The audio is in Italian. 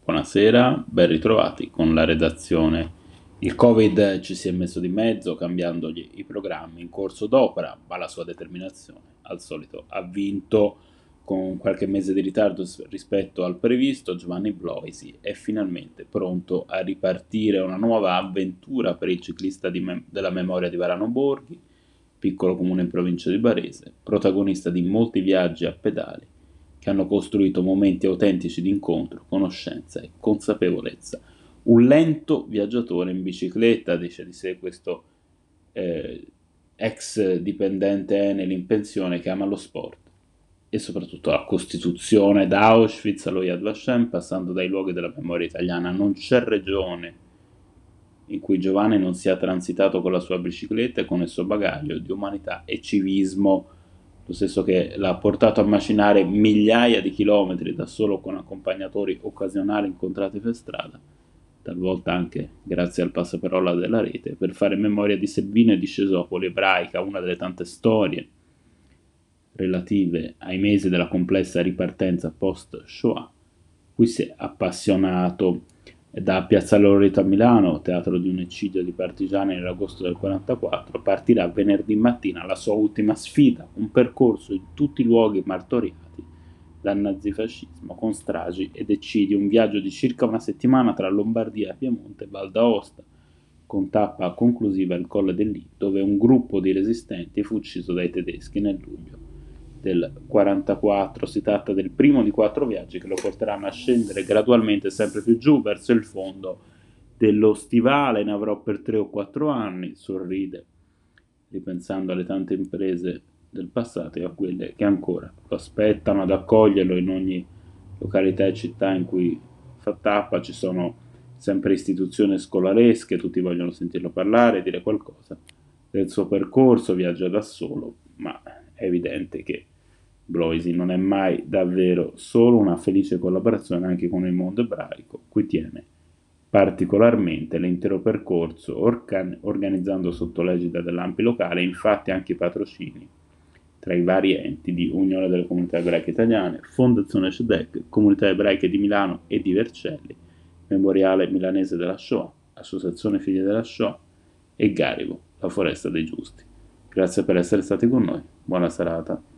Buonasera, ben ritrovati con la redazione. Il Covid ci si è messo di mezzo cambiandogli i programmi in corso d'opera, ma la sua determinazione, al solito, ha vinto con qualche mese di ritardo rispetto al previsto. Giovanni Bloisi è finalmente pronto a ripartire una nuova avventura per il ciclista della memoria di Varano Borghi, piccolo comune in provincia di Varese, protagonista di molti viaggi a pedali che hanno costruito momenti autentici di incontro, conoscenza e consapevolezza. Un lento viaggiatore in bicicletta, dice di sé questo eh, ex dipendente Enel in pensione che ama lo sport e soprattutto la Costituzione, da Auschwitz allo Yad Vashem, passando dai luoghi della memoria italiana. Non c'è regione in cui Giovanni non sia transitato con la sua bicicletta e con il suo bagaglio di umanità e civismo, lo stesso che l'ha portato a macinare migliaia di chilometri da solo con accompagnatori occasionali incontrati per strada, talvolta anche grazie al passaparola della rete, per fare memoria di Selvino e di Cesopoli ebraica, una delle tante storie relative ai mesi della complessa ripartenza post-Shoah, cui si è appassionato. Da Piazzale Loreto a Milano, teatro di un eccidio di partigiani nell'agosto del 1944, partirà venerdì mattina la sua ultima sfida, un percorso in tutti i luoghi martoriati dal nazifascismo, con stragi ed eccidi, un viaggio di circa una settimana tra Lombardia, Piemonte e Val d'Aosta, con tappa conclusiva il Colle del Lì, dove un gruppo di resistenti fu ucciso dai tedeschi nel luglio del 44. Si tratta del primo di 4 viaggi che lo porteranno a scendere gradualmente sempre più giù verso il fondo dello stivale. Ne avrò per 3 o 4 anni, sorride, ripensando alle tante imprese del passato e a quelle che ancora lo aspettano ad accoglierlo in ogni località e città in cui fa tappa. Ci sono sempre istituzioni scolaresche, tutti vogliono sentirlo parlare, dire qualcosa del suo percorso. Viaggia da solo, ma è evidente che Bloisi non è mai davvero solo. Una felice collaborazione anche con il mondo ebraico, cui tiene particolarmente l'intero percorso, organizzando sotto l'egida dell'ANPI locale, infatti anche i patrocini tra i vari enti di Unione delle Comunità Ebraiche Italiane, Fondazione CEDEC, Comunità Ebraiche di Milano e di Vercelli, Memoriale Milanese della Shoah, Associazione Figli della Shoah e Garibo, la Foresta dei Giusti. Grazie per essere stati con noi, buona serata.